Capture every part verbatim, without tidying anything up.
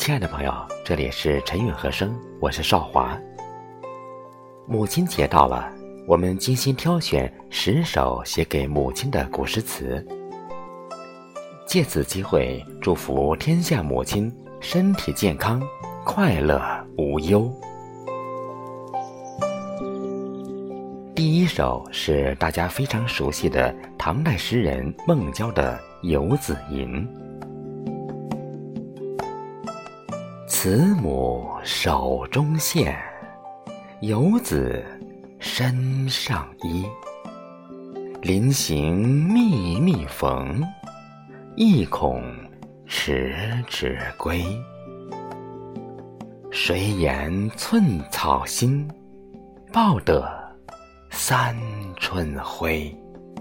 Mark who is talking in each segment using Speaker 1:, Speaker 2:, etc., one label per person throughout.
Speaker 1: 亲爱的朋友，这里是晨韵和声，我是少华。母亲节到了，我们精心挑选十首写给母亲的古诗词，借此机会祝福天下母亲身体健康，快乐无忧。第一首是大家非常熟悉的唐代诗人孟郊的《游子吟》。慈母手中线，游子身上衣。临行密密缝，意恐迟迟归。谁言寸草心，报得三春晖。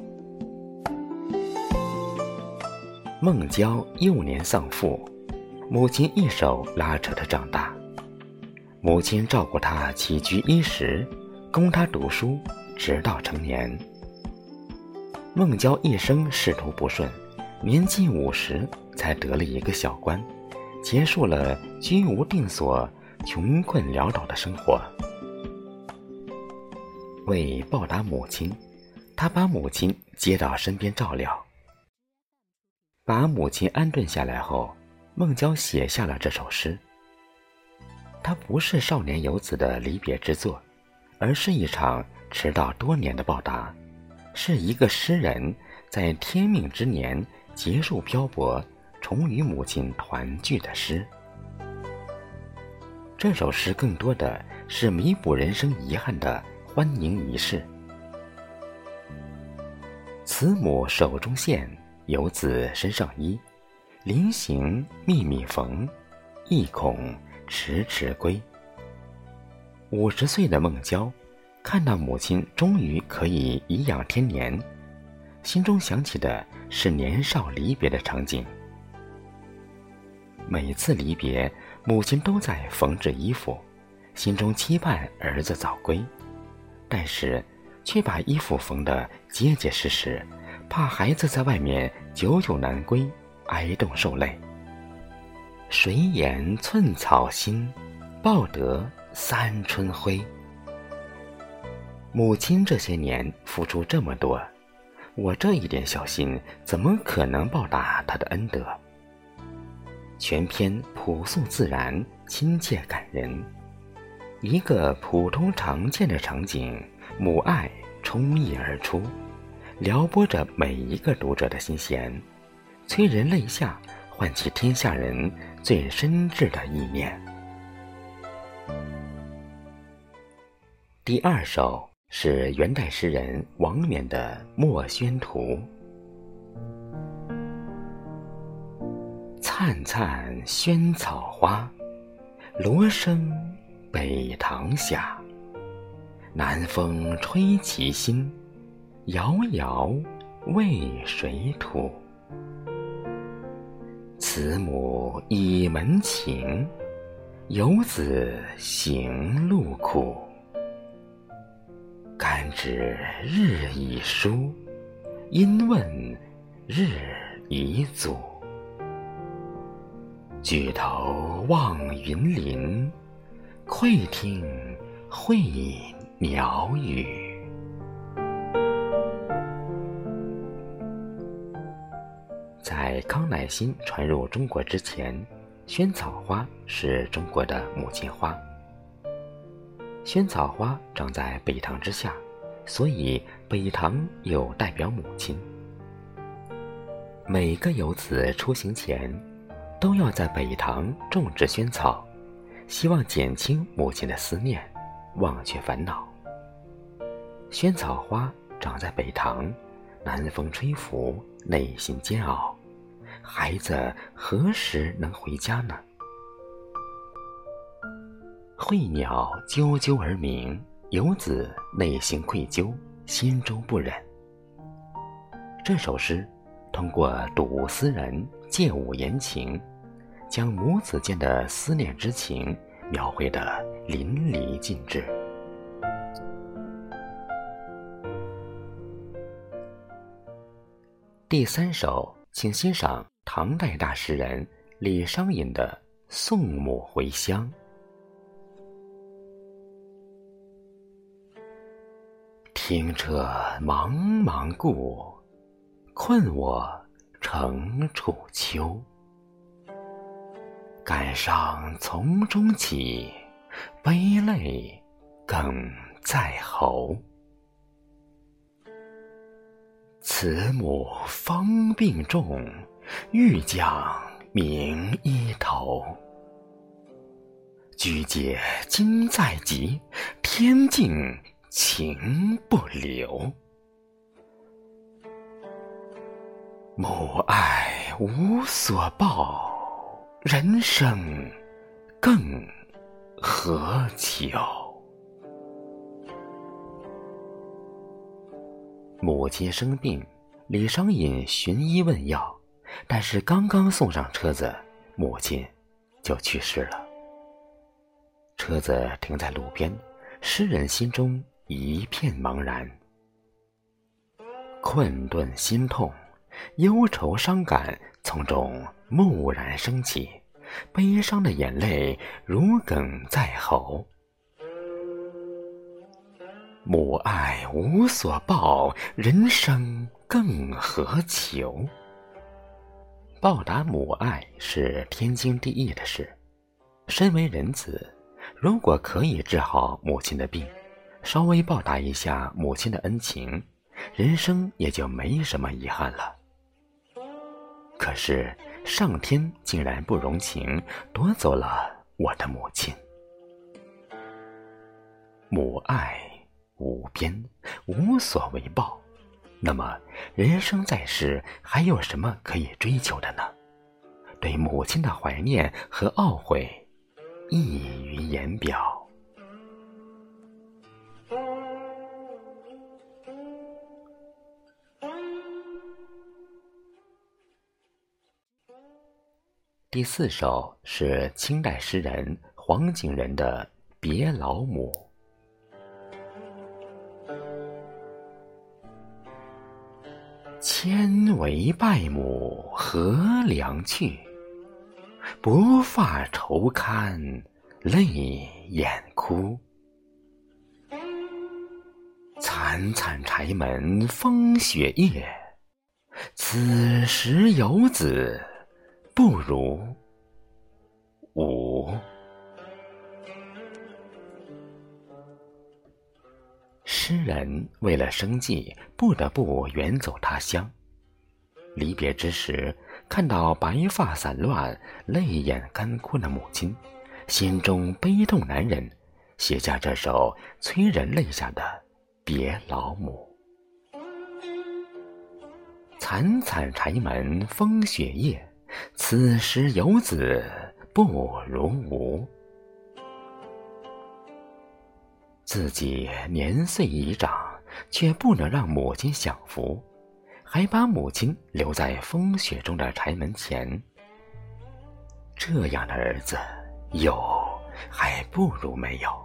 Speaker 1: 孟郊幼年丧父，母亲一手拉扯他长大，母亲照顾他起居衣食，供他读书，直到成年。孟郊一生仕途不顺，年近五十才得了一个小官，结束了居无定所、穷困潦倒的生活。为报答母亲，他把母亲接到身边照料。把母亲安顿下来后，孟郊写下了这首诗。它不是少年游子的离别之作，而是一场迟到多年的报答，是一个诗人在天命之年结束漂泊，重与母亲团聚的诗。这首诗更多的是弥补人生遗憾的欢迎仪式。慈母手中线，游子身上衣。临行密密缝，意恐迟迟归。五十岁的孟郊看到母亲终于可以颐养天年，心中想起的是年少离别的场景。每次离别，母亲都在缝制衣服，心中期盼儿子早归，但是却把衣服缝得结结实实，怕孩子在外面久久难归，挨冻受累。谁言寸草心，报得三春晖。母亲这些年付出这么多，我这一点小心怎么可能报答她的恩德？全篇朴素自然，亲切感人。一个普通常见的场景，母爱冲溢而出，撩拨着每一个读者的心弦，催人泪下，唤起天下人最深挚的意念。第二首是元代诗人王冕的《墨轩图》。灿灿萱草花，罗生北堂下。南风吹其心，遥遥为谁吐？慈母倚门情，游子行路苦。甘知日已疏，因问日已阻。举头望云林，窥听会鸟语。在康乃馨传入中国之前，萱草花是中国的母亲花。萱草花长在北堂之下，所以北堂又代表母亲。每个游子出行前，都要在北堂种植萱草，希望减轻母亲的思念，忘却烦恼。萱草花长在北堂，南风吹拂，内心煎熬，孩子何时能回家呢？慧鸟啾啾而鸣，游子内心愧疚，心中不忍。这首诗通过睹物思人，借物言情，将母子间的思念之情描绘得淋漓尽致。第三首，请欣赏唐代大诗人李商隐的送母回乡。听车茫茫故，困我乘处秋。感伤从中起，悲泪更在喉。慈母风病重，欲将名医头。居解今在即，天境情不留。母爱无所报，人生更何求？母亲生病，李商隐寻医问药，但是刚刚送上车子，母亲就去世了。车子停在路边，诗人心中一片茫然，困顿心痛，忧愁伤感从中蓦然升起，悲伤的眼泪如鲠在喉。母爱无所报，人生更何求？报答母爱是天经地义的事。身为人子，如果可以治好母亲的病，稍微报答一下母亲的恩情，人生也就没什么遗憾了。可是上天竟然不容情，夺走了我的母亲。母爱无边，无所为报，那么人生在世还有什么可以追求的呢？对母亲的怀念和懊悔溢于言表。第四首是清代诗人黄景仁的《别老母》。千为拜母何良去，薄发愁堪泪眼哭。惨惨柴门风雪夜，此时有子不如无。诗人为了生计，不得不远走他乡。离别之时，看到白发散乱、泪眼干枯的母亲，心中悲痛难忍，写下这首催人泪下的《别老母》。惨惨柴门风雪夜，此时有子不如无。自己年岁已长，却不能让母亲享福，还把母亲留在风雪中的柴门前。这样的儿子，有还不如没有。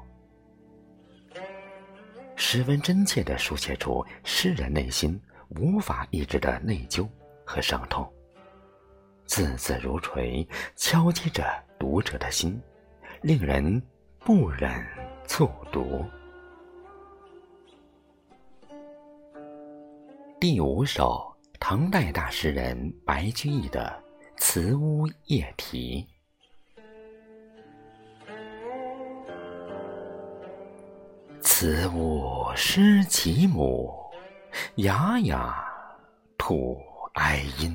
Speaker 1: 十分真切地书写出诗人内心无法抑制的内疚和伤痛，字字如锤，敲击着读者的心，令人不忍卒读。第五首，唐代大诗人白居易的《慈屋夜啼》。慈屋失其母，哑哑吐哀音。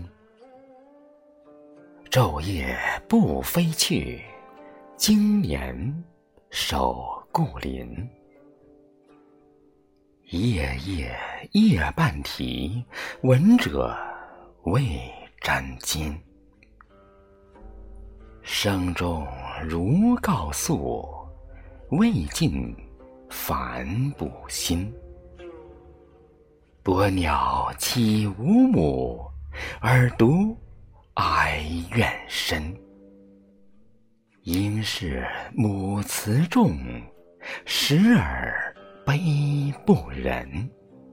Speaker 1: 昼夜不飞去，经年守故林。夜夜夜半啼，闻者未沾巾。声中如告诉，未尽反哺心。伯鸟岂无母，而独哀怨深。应是母慈重，时而悲不忍。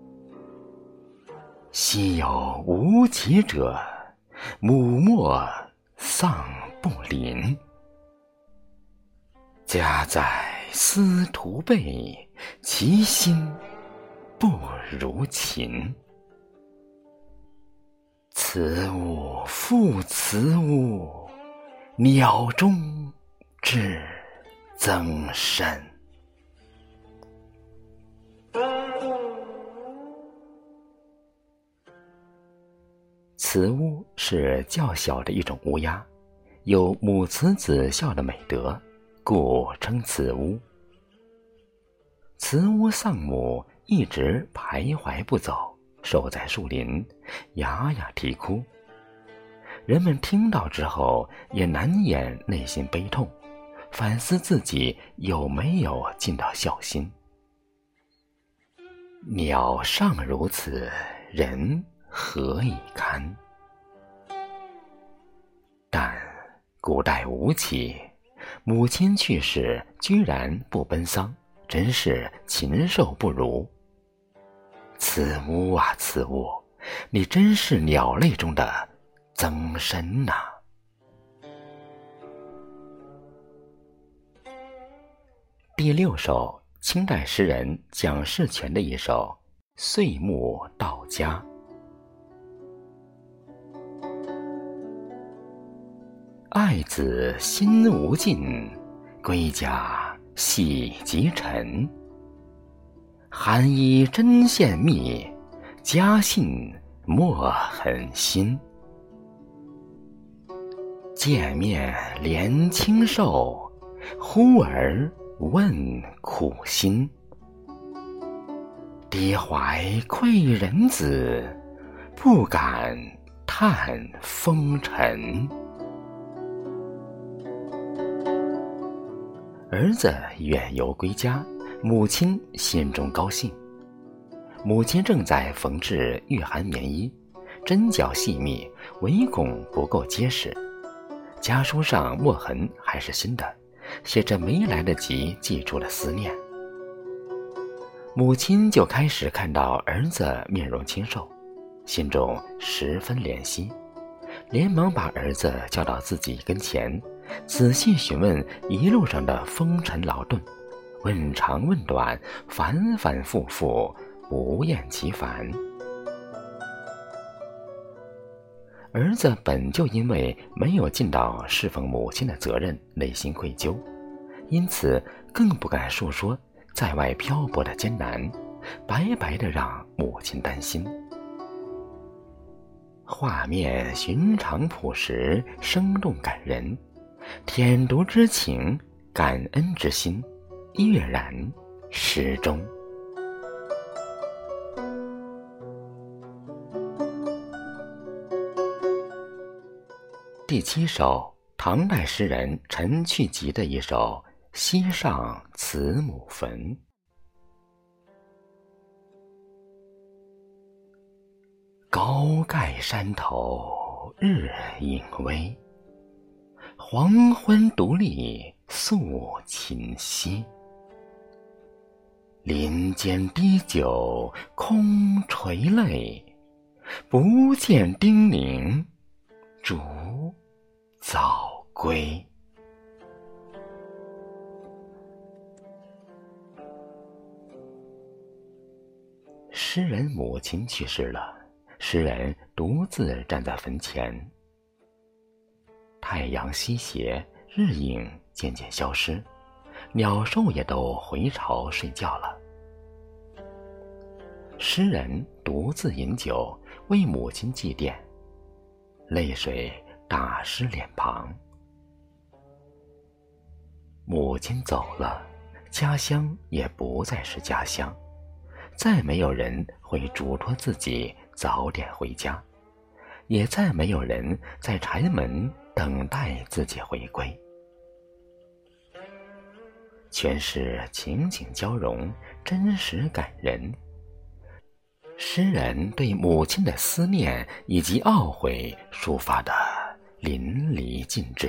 Speaker 1: 昔有无其者，母莫丧不临。 家在司徒辈，其心不如秦。此物复此物，鸟中之增深。雌乌是较小的一种乌鸦，有母慈子孝的美德，故称雌乌。雌乌丧母，一直徘徊不走，守在树林，哑哑啼哭。人们听到之后，也难掩内心悲痛，反思自己有没有尽到孝心。鸟尚如此，人何以堪？但古代吴起，母亲去世居然不奔丧，真是禽兽不如。此乌啊此乌，你真是鸟类中的增深呐、啊！第六首，清代诗人蒋士权的一首《岁暮到家》。爱子心无尽，归家喜极沉。寒衣针线密，家信莫狠心。见面怜清瘦，忽而问苦心。低怀愧人子，不敢叹风尘。儿子远游归家，母亲心中高兴。母亲正在缝制御寒棉衣，针脚细密，围拱不够结实。家书上墨痕还是新的，写着没来得及寄出的思念。母亲就开始看到儿子面容清瘦，心中十分怜惜，连忙把儿子叫到自己跟前，仔细询问一路上的风尘劳顿，问长问短，反反复复，不厌其烦。儿子本就因为没有尽到侍奉母亲的责任，内心愧疚，因此更不敢述说在外漂泊的艰难，白白的让母亲担心。画面寻常朴实，生动感人，舔犊之情，感恩之心，跃然诗中。第七首，唐代诗人陈去疾的一首《西上慈母坟》。高盖山头日影微，黄昏独立诉琴息。林间滴酒空垂泪，不见丁宁逐早归。诗人母亲去世了，诗人独自站在坟前。太阳西斜，日影渐渐消失，鸟兽也都回巢睡觉了。诗人独自饮酒，为母亲祭奠，泪水打湿脸庞。母亲走了，家乡也不再是家乡，再没有人会嘱托自己早点回家，也再没有人在柴门等待自己回归。全是情景交融，真实感人。诗人对母亲的思念以及懊悔抒发得淋漓尽致。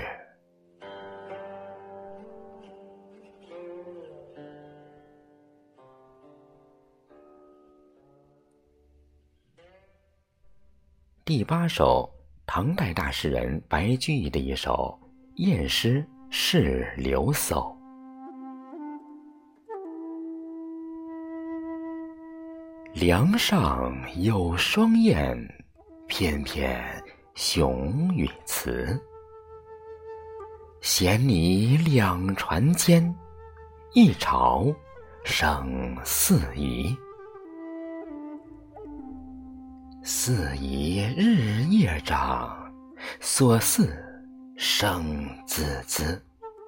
Speaker 1: 第八首，唐代大诗人白居易的一首《燕诗示刘叟》。 梁上有双燕，翩翩雄与雌。衔泥两船间，一朝生四夷。四夷日夜长，所似生孜孜。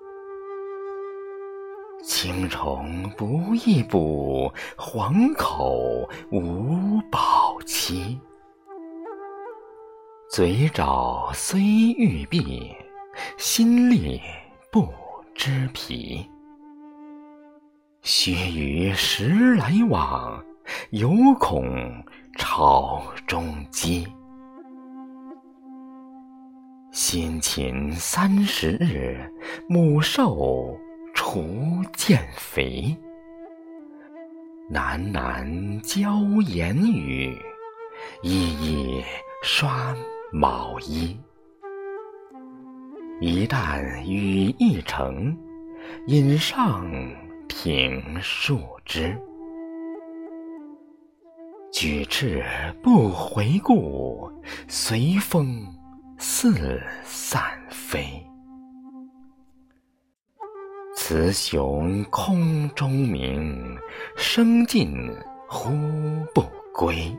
Speaker 1: 青虫不易捕，黄口无饱期。嘴爪虽欲闭，心力不知疲。须臾时来往，犹恐巢中鸡。辛勤三十日，母兽雏见肥。喃喃教言语，一一刷毛衣。一旦羽翼成，引上挺树枝。举翅不回顾，随风四散飞。雌雄空中鸣，声尽呼不归。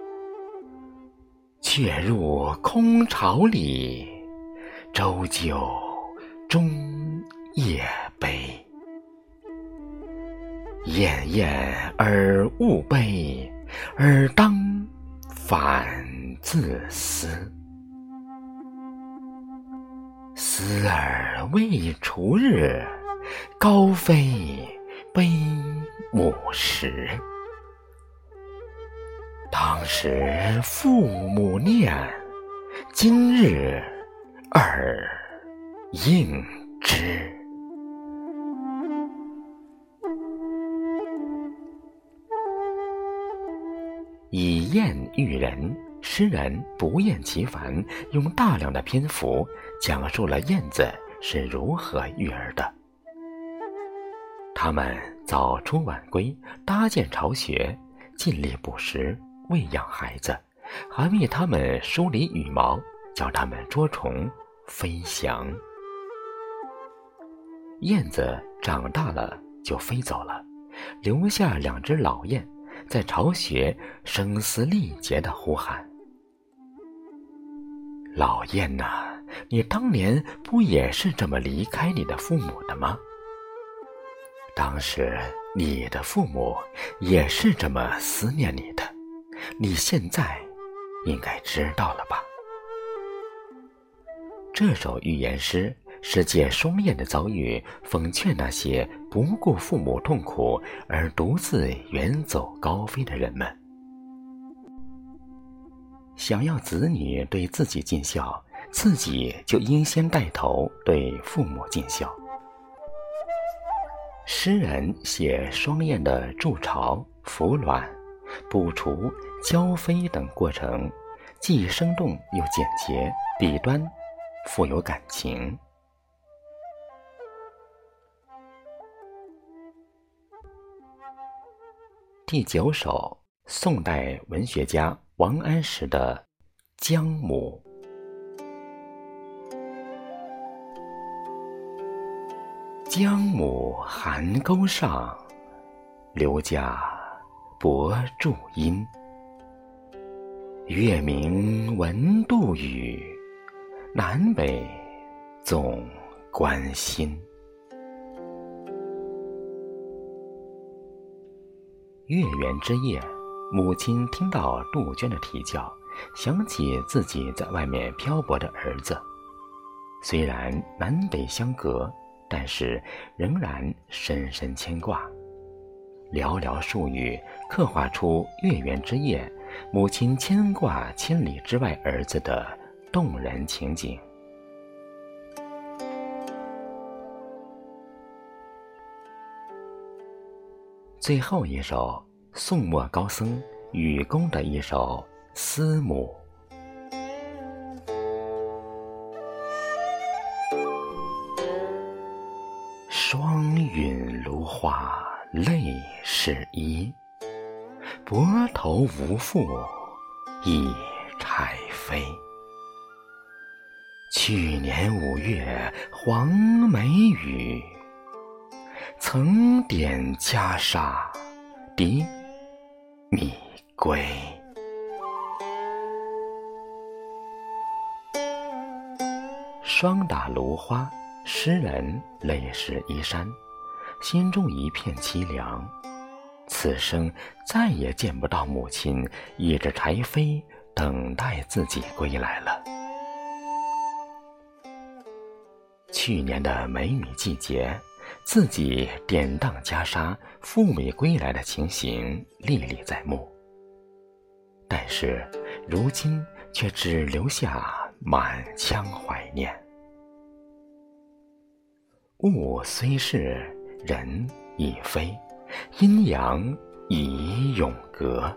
Speaker 1: 却入空巢里，周究终夜悲。燕燕而勿悲，尔当反自思。思而未除日，高飞悲母时。当时父母念，今日尔应之。以燕喻人，诗人不厌其烦，用大量的篇幅讲述了燕子是如何育儿的。它们早出晚归，搭建巢穴，尽力捕食，喂养孩子，还为它们梳理羽毛，教它们捉虫、飞翔。燕子长大了就飞走了，留下两只老燕在巢穴声嘶力竭地呼喊：老燕哪，你当年不也是这么离开你的父母的吗？当时你的父母也是这么思念你的，你现在应该知道了吧？这首寓言诗是借双燕的遭遇，讽劝那些不顾父母痛苦而独自远走高飞的人们。想要子女对自己尽孝，自己就应先带头对父母尽孝。诗人写双燕的筑巢、孵卵、捕雏、交飞等过程，既生动又简洁，笔端富有感情。第九首，宋代文学家王安石的《姜母》。姜母寒沟上，刘家泊渌阴。月明闻杜宇，南北纵关心。月圆之夜，母亲听到杜鹃的啼叫，想起自己在外面漂泊的儿子。虽然南北相隔，但是仍然深深牵挂。寥寥数语刻画出月圆之夜母亲牵挂千里之外儿子的动人情景。最后一首，宋末高僧禹公的一首《思母》。双允芦花泪湿衣， 泊头无复一柴扉。去年五月黄梅雨，曾点袈裟蝶觅归。霜打芦花，诗人泪湿衣衫，心中一片凄凉。此生再也见不到母亲倚着柴扉等待自己归来了。去年的梅雨季节，自己典当袈裟赴美归来的情形历历在目，但是如今却只留下满腔怀念。物虽逝，人已非，阴阳已永隔。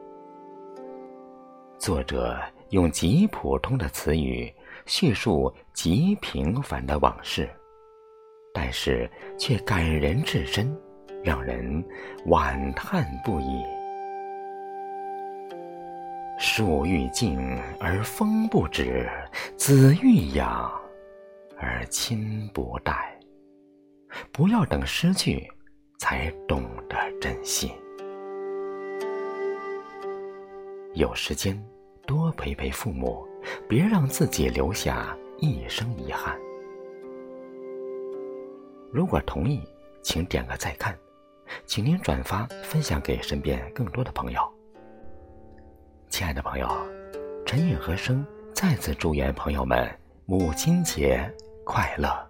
Speaker 1: 作者用极普通的词语叙述极平凡的往事，但是却感人至深，让人惋叹不已。树欲静而风不止，子欲养而亲不待。不要等失去才懂得珍惜。有时间多陪陪父母，别让自己留下一生遗憾。如果同意，请点个再看，请您转发分享给身边更多的朋友。亲爱的朋友，陈韵和声再次祝愿朋友们母亲节快乐。